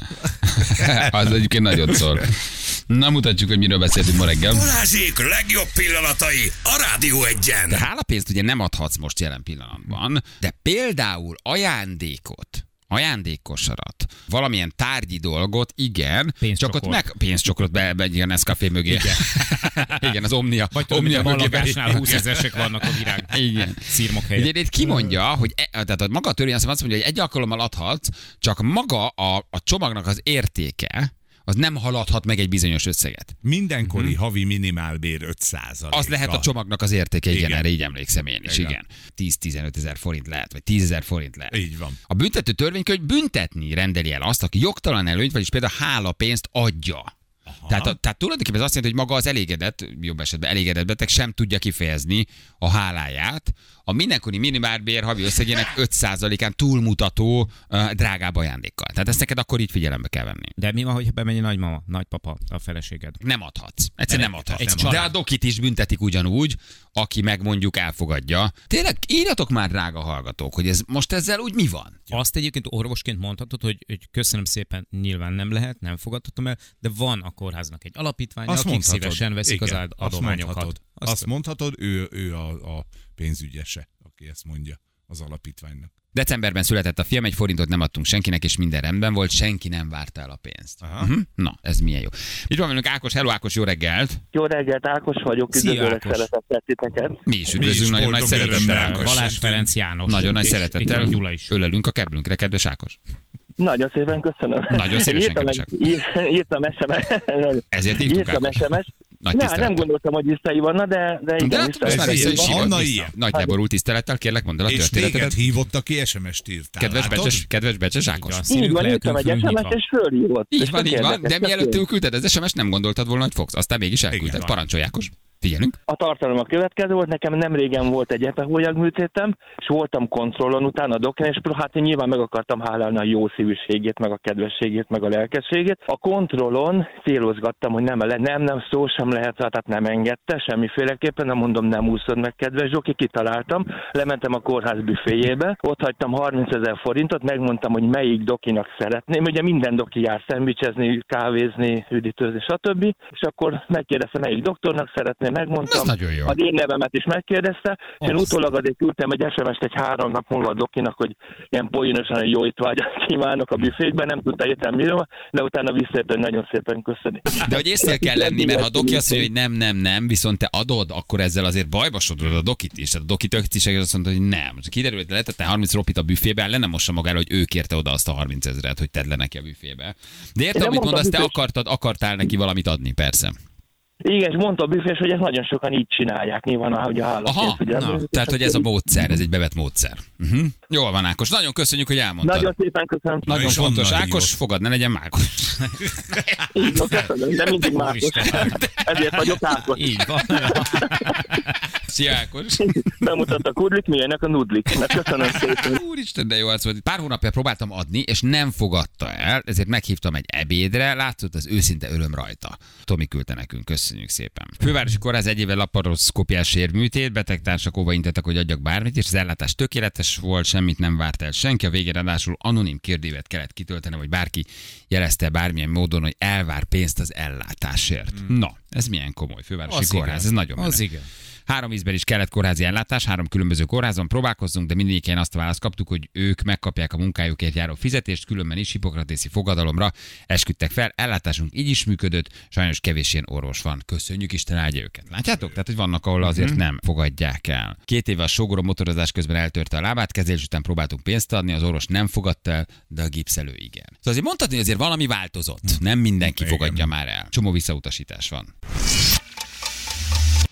Az egyébként nagyon szor. Na, mutatjuk, hogy miről beszéltünk ma reggel. Balázsék legjobb pillanatai a Rádió Egyen. De hálapénzt ugye nem adhatsz most jelen pillanatban, de például ajándékot, ajándékkosarat, valamilyen tárgyi dolgot, igen, csak ott meg pénzcsokrot be, be ilyen Nescafé mögé. Igen. Igen, az Omnia. Vagy tudom, Omnia hogy a mögé. Malagásnál húszezresek vannak a virág. Igen. Szirmok helyett. Ugye itt kimondja, hogy e, tehát a maga a törvény azt mondja, hogy egy alkalommal adhatsz, csak maga a, a csomagnak az értéke, az nem haladhat meg egy bizonyos összeget. Mindenkori uh-huh. havi minimálbér öt százalék. Az lehet a csomagnak az értéke, igen, Igen. erre így emlékszem én is, Igen. igen. tíz-tizenöt ezer forint lehet, vagy tízezer forint lehet. Így van. A büntető törvénykönyv büntetni rendeli el azt, aki jogtalan előnyt, vagyis például hálapénzt adja. Tehát, a, tehát tulajdonképpen ez azt jelenti, hogy maga az elégedett, jobb esetben elégedett beteg sem tudja kifejezni a háláját. A mindenkori minimálbér havi összegének öt százalékán túlmutató uh, drágább ajándékkal. Tehát ezt neked akkor így figyelembe kell venni. De mi van, hogyha bemegy a nagymama, nagypapa, a feleséged? Nem adhatsz. Egyszerűen nem adhatsz. egy Nem család. De a dokit is büntetik ugyanúgy, aki meg mondjuk elfogadja. Tényleg írjatok már, drága hallgatók, hogy ez most ezzel úgy mi van? Azt egyébként orvosként mondhatod, hogy, hogy köszönöm szépen, nyilván nem lehet, nem fogadhatom el, de van a kórháznak egy alapítvány, Azt akik mondhatod. szívesen veszik Igen, az azt adományokat. mondhatod. Azt, Azt mondhatod, ő, ő a, a pénzügyese, aki ezt mondja az alapítványnak. Decemberben született a fiam, egy forintot nem adtunk senkinek, és minden rendben volt, senki nem várta el a pénzt. Uh-huh. Na, ez milyen jó. Itt van velünk Ákos, hello Ákos, jó reggelt! Jó reggelt, Ákos vagyok, Szia, üdvözöllek Ákos. szeretettel titeket. Mi is Mi üdvözlünk, is nagyon nagy boldog szeretettel. örömmel, Ákos. Balázs Ferenc János. Nagyon nagy És szeretettel. itt van Gyula is. Ölelünk a keblünkre, kedves Ákos. Nagyon szépen köszönöm. Nagyon szívesen, írtam, kedves egy, ír- írtam es em es. Ezért hívtuk Írtam Ákos. es em es. Nagy Na, tisztelettel. nem gondoltam, hogy visszai vanna, de, de igen. De hát most már Ez vissza is ilyen. hívott. Anna Vissza. ilyen. Nagy leborult tisztelettel, kérlek, mondd el a És történetedet. téged hívott, aki es em es-t írtál. Kedves látod? becses, kedves becses Ákos. Így Így van, írtam egy lelkünk es em es, nyitva. és fölhívott. Így És van, tök így van, érdekes, de mielőtt tök ő jó. küldted az es em es, nem gondoltad volna, hogy fogsz. Aztán mégis elküldted. Igen. Parancsolj, Ákos. Figyelünk. A tartalom a következő volt, nekem nem régen volt egy epehólyag műtétem, és voltam kontrollon utána a dokin, és hát én nyilván meg akartam hálálni a jó szívűségét, meg a kedvességét, meg a lelkességét. A kontrollon célozgattam, hogy nem, nem, nem szó sem lehet, tehát nem engedte semmiféleképpen, nem mondom, nem úszod meg, kedves Zsoki, kitaláltam, lementem a kórház büféjébe, ott hagytam harmincezer forintot, megmondtam, hogy melyik dokinak szeretném, ugye minden doki jár szendvicsezni, kávézni, üdítőzni, stb. És akkor megkérdeztem, melyik doktornak szeretném, megmondtam. Ez nagyon jó. Az én nevemet is megkérdezte, és én utólag azért küldtem egy es em es-t egy három nap múlva a dokinak, hogy ilyen poénosan, hogy jó étvágyat kívánok a büfékben, nem tudta értem miről, de utána visszaért, hogy nagyon szépen köszöni. De hogy észnél kell lenni, mert ha a doki azt mondja, hogy nem, nem, nem, viszont te adod, akkor ezzel azért bajba sodrod a dokit is. Tehát a doki tökciség azt mondta, hogy nem. Kiderült, hogy letette harminc ropit a büfébe, le nem mossa magára, hogy ő kérte oda azt a harminc ezret, hogy tedd le neki a büfébe. De értem, De amit mondta mondasz, te büfés. akartad, akartál neki valamit adni, persze. Igen, és mondta a büfés, hogy ezt nagyon sokan így csinálják, nyilván, ahogy a Aha, állatként. ugye. na, tehát hogy ez a módszer, ez egy bevett módszer. Uh-huh. Jól van, Ákos, nagyon köszönjük, hogy elmondtad. Nagyon szépen köszönöm. Nagyon és fontos, Anna Ákos, hívott. fogad, ne legyen Mákos. Így van, köszönöm, de mindig más. Úristen. Ezért vagyok Ákos. Így van. Szia, Ákos. Bemutattak Kudlik, milyenek a nudlik. Na, köszönöm szépen. Úristen, de jó arc volt. Pár hónapja próbáltam adni, és nem fogadta el, ezért meghívtam egy ebédre, látszott az őszinte öröm rajta. Tomi küldte nekünk, köszönjük szépen. Fővárosi Kórház egy éve laparoszkópiás sérműtét, betegtársak óva intettek, hogy adjak bármit, és az ellátás tökéletes volt, semmit nem várt el senki. A végén ráadásul anonim kérdőívet kellett kitölteni, hogy bárki jelezte bármilyen módon, hogy elvár pénzt az ellátásért. Hmm. Na, ez milyen komoly. Fővárosi Az Kórház, igaz. ez nagyon Az menő. igen. Három ízben is kellett kórházi ellátás, három különböző kórházon próbálkozzunk, de mindegyiken azt a választ kaptuk, hogy ők megkapják a munkájukért járó fizetést, különben is hipokratészi fogadalomra esküdtek fel. Ellátásunk így is működött, sajnos kevés ilyen orvos van. Köszönjük, Isten áldja őket. Látjátok? Tehát, hogy vannak, ahol azért uh-huh. nem fogadják el. Két éve a sógorom motorozás közben eltörte a lábát, kezelés után próbáltunk pénzt adni, az orvos nem fogadta el, de a gipszelő igen. Szóval azért mondhatni, hogy azért valami változott. Nem mindenki Igen. fogadja már el. Csomó visszautasítás van. A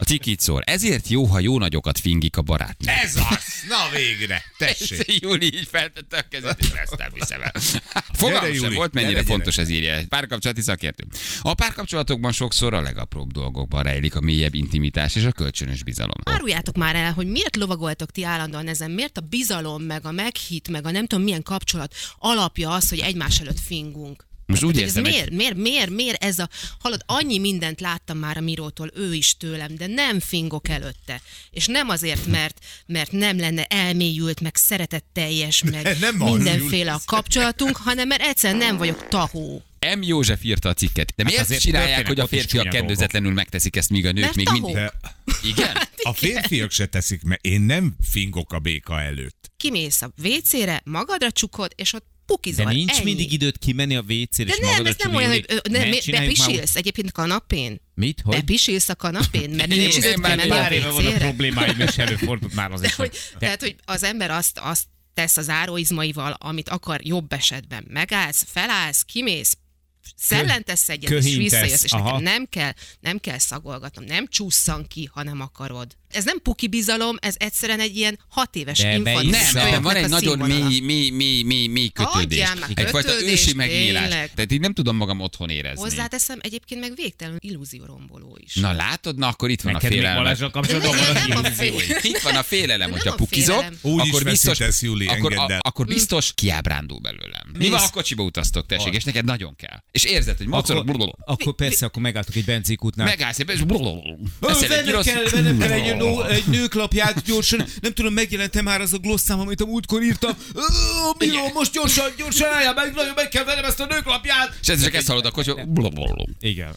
Ciki így szól. Ezért jó, ha jó nagyokat fingik a barátnő. Ez az! Na végre, tessék. Júli így feltette a kezét, és ezt nem hiszem el. Fogalmam sem Júli, volt, mennyire gyere, fontos ez írja. Párkapcsolati szakértő. A párkapcsolatokban sokszor a legapróbb dolgokban rejlik a mélyebb intimitás és a kölcsönös bizalom. Áruljátok már el, hogy miért lovagoltok ti állandóan ezen, miért a bizalom, meg a meghit, meg a nem tudom milyen kapcsolat alapja az, hogy egymás előtt fingunk. Most úgy Hát, érzem, ez hogy- miért, miért, miért, miért ez a... Hallod, annyi mindent láttam már a Mirótól, ő is tőlem, de nem fingok előtte. És nem azért, mert, mert nem lenne elmélyült, meg szeretetteljes, meg Nem az, mindenféle a Júli. kapcsolatunk, hanem mert egyszerűen nem vagyok tahó. M. József írta a cikket. De miért azért csinálják, történnek hogy a ott is férfiak csúnya kendőzetlenül megteszik ezt, míg a nők Mert még tahó. mindig... De Igen? a férfiak se teszik, mert én nem fingok a béka előtt. Kimész a vécére, magadra csukod, és ott De pukizol. nincs ennyi. mindig időt kimenni a vécére, De és nem, magadra ez nem csukni. olyan, hogy ö, nem, Ne mi- csináljuk már bepisilsz egyébként kanapén. Mit? Hogy? Bepisilsz a kanapén, mert Én- nincs én időt már kimenni a Pár éve van a vécére. problémáim, és előfordult már az De is. hogy, hogy- tehát, hogy az ember azt, azt tesz az áróizmaival, amit akar jobb esetben. Megállsz, felállsz, kimész, szellentesz egyet, és köhintesz, visszajössz, és aha. nekem nem kell, nem kell szagolgatnom, nem csúszan ki, ha nem akarod. Ez nem puki bizalom, ez egyszerűen egy ilyen hat éves De infant. melyik Nem, Vissza. de van egy a nagyon színvonala. mély, mély, mély, mély, mély kötődés. Hagyjál már, Egyfajta kötődés, ősi megnyílás. tényleg. Tehát így nem tudom magam otthon érezni. Hozzáteszem, egyébként meg végtelenül illúzióromboló is. Na látod, na akkor itt van Neked a még félelem. Balázsral kapcsolatban van Nem, az nem a illúziói. fél- Itt van a félelem, Nem hogyha a pukizok, félelem. Úgy akkor is biztos, veszítesz, Júli, akkor, engedd a, el. akkor biztos kiábrándul belőlem. Mi van, ha kocsiba utaztok, tessék, és neked nagyon kell. És érzed, hogy mocorog, Akkor, akkor persze, akkor megálltok egy benzinkútnál. megállsz, és Ö, eszel egy Vennem gyrosz... kell, vennem kell egy, nó, egy nőklapját gyorsan. Nem tudom, megjelentem már az a glosszám, amit a múltkor írtam. Ö, Mi jó, most gyorsan, gyorsan álljál meg, nagyon meg kell vennem ezt a nőklapját. És ez csak ezt hallod a kocsiba. Igen.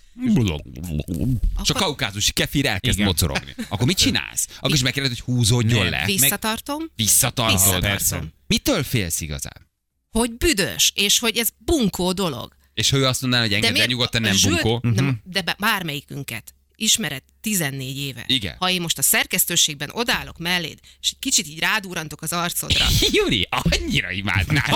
És a kaukázusi kefir elkezd Igen. mocorogni. Akkor mit csinálsz? Akkor is megkérdezed, hogy húzódjon Nem. le. Visszatartom, Visszatartod. Visszatartom. Mitől félsz igazán? hogy büdös, és hogy ez bunkó dolog. És ha ő azt mondaná, hogy engedd el nyugodtan, nem Zsült- bunkó. Nem, de be- bármelyikünket ismered tizennégy éve. Igen. Ha én most a szerkesztőségben odállok melléd, és egy kicsit így rádúrantok az arcodra. Júli, annyira imádnál.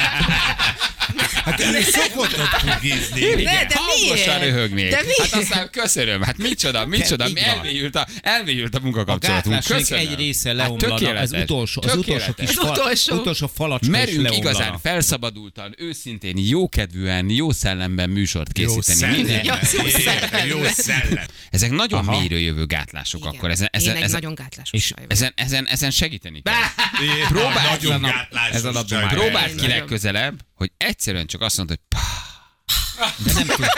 Hát ő szokott ott pugizni. De, de Hangosan miért? röhögnék. De miért? Hát aztán köszönöm. Hát micsoda, micsoda. így van. Elmélyült a, elmélyült a A munkakapcsolatunk. gátlásnak Köszönöm. egy része Hát leomlana, az tökéletes. utolsó, az utolsó Tökéletes. kis Az fal, utolsó. utolsó falacska is Merünk leomlana. igazán felszabadultan, őszintén, jókedvűen, jó szellemben műsort Jó készíteni. Minden- szellem. Jó Érted, Jó szellem. Ezek nagyon Aha. mélyről jövő gátlások Igen. akkor. Ezen, ezen, Én egy ezen, nagyon gátlásos és saj vagyok. ezen, ezen, ezen segíteni kell. Próbálj Nagyon nagyon nap- gátlásos ez a nap csaj. már- Próbáld Én ki nagyon- legközelebb, hogy egyszerűen csak azt mondod, hogy pá, De nem tud.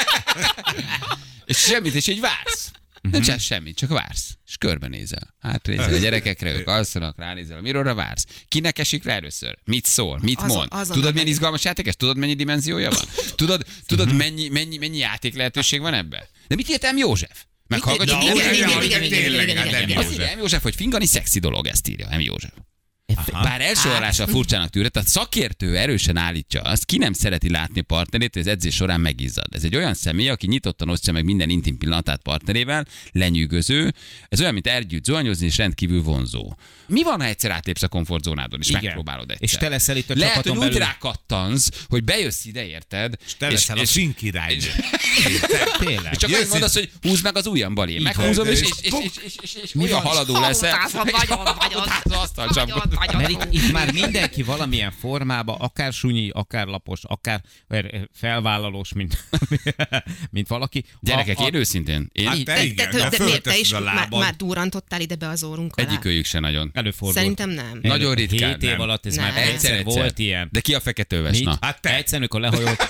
és semmit, és így vársz. Nem csinálsz semmit, csak vársz. És körbenézel. Hátrézel a gyerekekre, ők alszanak, ránézel, a miróra vársz. Kinek esik rá először? Mit szól? Mit Azon- mond? azonnal Tudod, milyen meg- izgalmas játék ez? Tudod, mennyi dimenziója van? Tudod, tudod mennyi, mennyi, mennyi játék lehetőség van ebbe? De mit értem József? Meghallgatjuk? Igen, József? igen, igen, igen, igen, igen, tényleg, igen, hát igen, nem igen. Azt írja M. József, hogy fingani szexi dolog, ezt írja M. József. Bár első hallásra furcsának tűrhet, a szakértő erősen állítja azt, ki nem szereti látni partnerét, hogy az edzés során megizzad. Ez egy olyan személy, aki nyitottan osztja meg minden intim pillanatát partnerével, lenyűgöző, ez olyan, mint ergyűt zuhanyozni, és rendkívül vonzó. Mi van, ha egyszer átlépsz a komfortzónádon, és Igen. megpróbálod egyszer? És te leszel itt a Lehet, csapaton hogy úgy belül. rákattansz, hogy bejössz ide, érted? És Te leszel a sín király. Tényleg. És csak Jössz annyit mondasz, hogy húzd meg az ujjam, Bali. Meghúzom, és, és, és, és, és, és, és olyan haladó leszel. Utázom, nagyon, nagyon, Az asztalcsapot. nagyon, nagyon. Mert itt, itt már mindenki valamilyen formába, akár sunyi, akár lapos, akár eh, felvállalós, mint, mint valaki. Gyerekek, A- a- én őszintén, én Hát így, te De, igen, de, de de, de miért te fölteszed is a már, lábad. már durantottál ide be az órunk alá? egyikőjük se nagyon. Előfordult. Szerintem nem. Nagyon ritkán, Hét év nem. alatt ez Nem. már egyszer, Egyszer, egyszer. volt ilyen. De ki a feketőves? Mit? Na. Hát te. Egyszer, amikor lehajolt.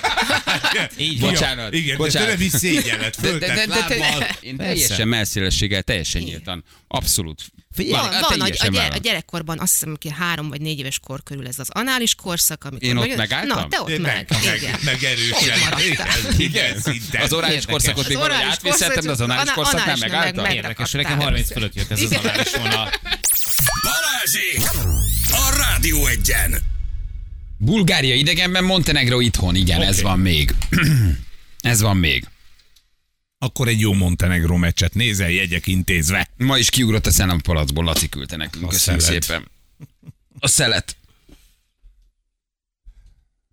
Így van. Bocsánat. Igen, de bocsánat. te nem is szégyelled, De, de, de, föltett de, de, lábbal. én Persze. teljesen melszélességgel, teljesen nyíltan. Abszolút. Figyelj, Van, Várj, van a, a, teljesen gyere, a vállalom. gyerekkorban azt hiszem, hogy három vagy négy éves kor körül ez az anális korszak, amikor... Én ott meg- megálltam? Na, te ott Én meg. meg, igen. meg, meg erősen. Ott maradtál. Igen, igen, szinten. Az orális Érdekes. korszakot még Az valahogy orális átvészeltem, de az korszak- anális ana- korszaknál análisnál megálltam. meg- Érdekes, hogy nekem megragadtál. harminc fölött jött ez az Igen. alális vonal. Balázsék! A Rádió Egyen! Bulgária idegenben, Montenegro itthon. Igen, okay. Ez van még. Ez van még. Akkor egy jó Montenegro meccset nézel, jegyek intézve. Ma is kiugrott a Szenam palacból, Laci küldte nekünk. A Köszönöm szelet. szépen. A szelet.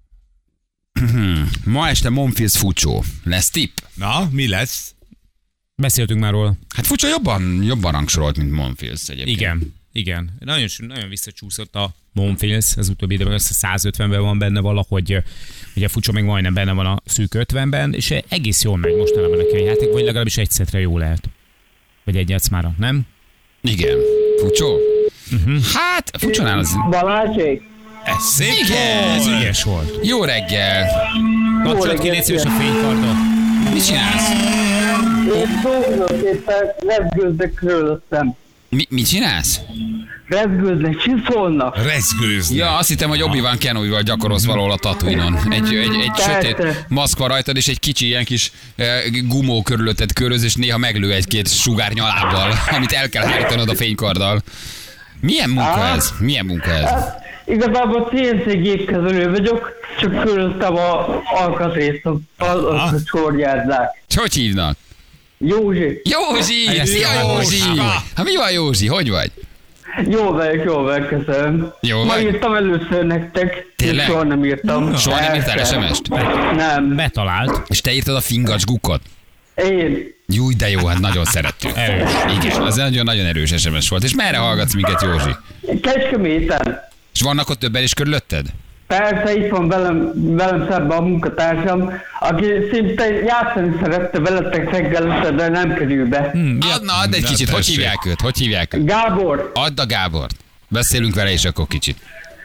Ma este Monfils Fucsó. Lesz tipp? Na, mi lesz? Beszéltünk már róla. Hát furcsa, jobban, jobban rangsorolt, mint Monfils egyébként. Igen, igen. Nagyon, nagyon visszacsúszott a Monfils az utóbbi időben, össze száz ötvenben van benne valahogy, ugye Fucso még majdnem benne van a szűk ötvenben, és egész jól megy mostanában neki a játék, vagy legalábbis egy szetre jó lehet. Vagy egy játszmára, nem? Igen. Fucso? Uh-huh. Hát, Fucsonál az... Balázsék? Ez szép Igen, Ez volt. ügyes volt. Jó reggel. Kapcsolat ki, légy szíves a fénykardot. Mit csinálsz? Én dolgozok éppen, rezgőznek körülöttem. Mi, mit csinálsz? Rezgőznek, csiszolnak. Rezgőzni. Ja, azt hittem, hogy Obi-Wan Kenobi-val gyakorolsz valahol a Tatooine-on. Egy, egy, egy Persze. sötét maszk van rajtad, és egy kicsi ilyen kis eh, gumó körülötted köröz, és néha meglő egy-két sugár nyalábbal, amit el kell hárítanod a fénykarddal. Milyen munka ez? Milyen munka ez? Hát, igazából cé en cé gépkezelő vagyok, csak körülöttem a alkatrészt, az csorjázzák. Hogy hívnak? Józsi, Józsi! Szia Józsi! Hát mi van Józsi? Hogy vagy? jó vagyok, jó vagyok, köszönöm. Jó Ma vagy? írtam először nektek, Tényleg? és soha nem írtam. Soha nem írtál Persze. es em est? Nem, Betalált. És te írtad a fingacs gukkot? én. Júj, de jó, hát nagyon szerettük. Erős. Igen, az nagyon-nagyon erős es em es volt. És merre hallgatsz minket, Józsi? Kecskeméten. És vannak ott többen is körülötted? Persze, itt van velem, velem szemben a munkatársam, aki szinte játszani szerette veletek reggel, de nem kerül be. Add, na, add egy Na, kicsit, hogy tessék. hívják őt? Hogy hívják őt? Gábor, Add a Gábort. Beszélünk vele is akkor kicsit.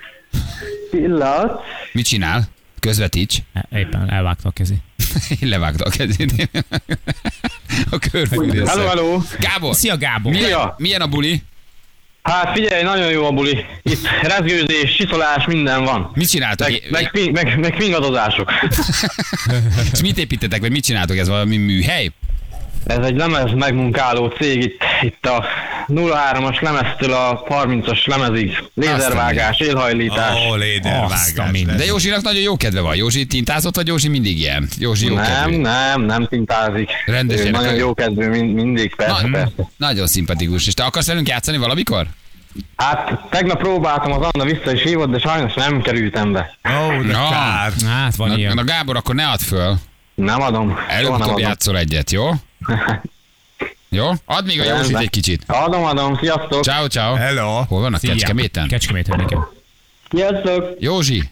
pillanat. Mit csinál? Közvetíts. Éppen elvágta a kezi. Én levágta a kezét. A körfűrészek. Halló, halló. Gábor, Szia Gábor. milyen, Szia. milyen a buli? Hát figyelj, nagyon jó a buli. Itt rezgőzés, csiszolás, minden van. Mit csináltok? Meg, meg, fi- meg, meg fingadozások. És mit építetek, vagy mit csináltok? Ez valami műhely? Ez egy lemez megmunkáló cég itt, itt a nulla hármas lemeztől a harmincas lemezig. Lézervágás, élhajlítás. Ó, Azt a lédervágás. minden. lesz. De Józsinak nagyon jó kedve van. Józsi tintázott, vagy Józsi mindig ilyen? Józsi jó nem, kedvű. nem, nem tintázik. Rendesen. Ő nagyon jó kedvű mind, mindig, persze, Na, persze. nagyon szimpatikus. És te akarsz velünk játszani valamikor? Hát tegnap próbáltam, az Anna vissza is hívott, de sajnos nem kerültem be. Ó, de Na. kár. Hát van Na, ilyen. na Gábor, akkor ne add föl. Nem adom. Soha nem Előbb-utóbb adom. játszol egyet, jó? Jó? Add még a Józsit Rendben. egy kicsit. Adom, adom, sziasztok. Ciao, ciao. Hello. Hol vannak? Szia. Kecskeméten? Kecskeméten, igen. Sziasztok, Józsi?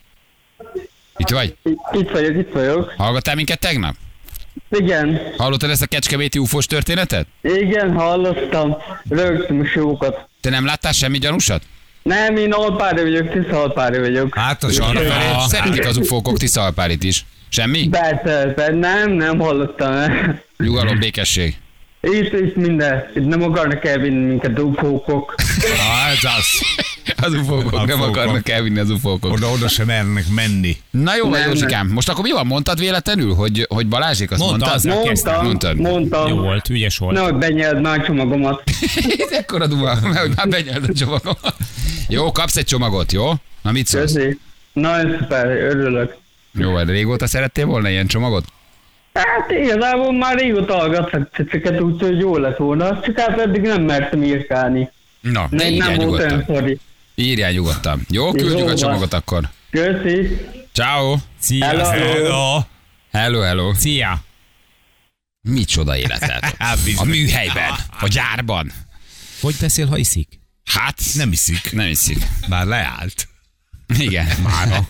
Itt vagy? itt vagyok, itt vagyok. Hallgattál minket tegnap? Igen, Hallottad ezt a kecskeméti ufós történetet? igen, hallottam. Rögtön sokat. Te nem láttál semmi gyanúsat? Nem, én alpári vagyok, Tisza alpári vagyok. Hát az És arra arra felé szeretik az ufókok Tiszalpárit is. Semmi? Persze, persze, nem, nem hallottam. Nyugalom, békesség. Itt, itt minden, itt nem akarnak elvinni minket ufókok. Ez az. Az ufókok A nem ufókok. akarnak elvinni az ufókok. Oda-oda sem mernek menni. Na jó van, Nem, Józsikám. Most akkor mi van? Mondtad véletlenül, hogy, hogy Balázsék azt Mondta, mondtad? azzal kezdtem. Mondtam, Mondtad. mondtam. Jó volt, ügyes volt. Nehogy benyeld már csomagomat. Ez ekkora duma, mert hogy már benyelt a csomagomat. Jó, kapsz egy csomagot, jó? Na mit szólsz? Köszi. Nagyon szuper, örülök. Jó, de régóta szerettél volna ilyen csomagot? Hát igazából már régóta hallgattak cicceket, úgyhogy jó lett volna, csak hát eddig nem mertem írkálni. Na, de Nem, írjál nem volt olyan nyugodtan. szori. Írjál nyugodtan. Jó, küldjük Jó a van. csomagot akkor. Köszi. Ciao. Szia. Hello. Hello. Hello, hello. Szia. Micsoda életed. Hát bizony. A műhelyben, a gyárban. Hogy beszél, ha iszik? Hát, Nem iszik. nem iszik. Már leállt. Igen. Mára.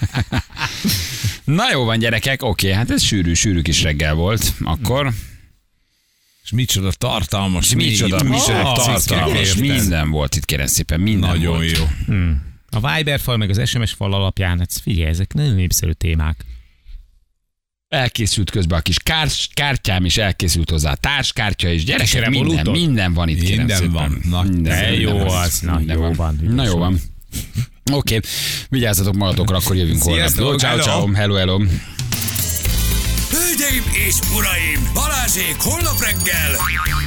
Na jó van, gyerekek, oké, hát ez sűrű, sűrű kis reggel volt. Akkor És micsoda tartalmas. micsoda, mély, micsoda ah, tartalmas, érted. minden volt itt, kérem szépen, minden Nagyon volt. jó. A Viber fal, meg az es em es fal alapján, hát figyelj, ezek nagyon népszerű témák. Elkészült közben a kis kárs, kártyám is elkészült hozzá, a társkártya is, gyerekek, Kis minden, revolútor? minden van itt, kérem Minden szépen. van. Na, minden, de minden jó van. az, na, Minden jó van, Na jó ügyes van. Oké, okay. Vigyázzatok magatokra, akkor jövünk holnap. Sziasztok, Jó, ciao, hello. ciao, hello, hello. Hölgyeim és uraim, Balázsék holnap reggel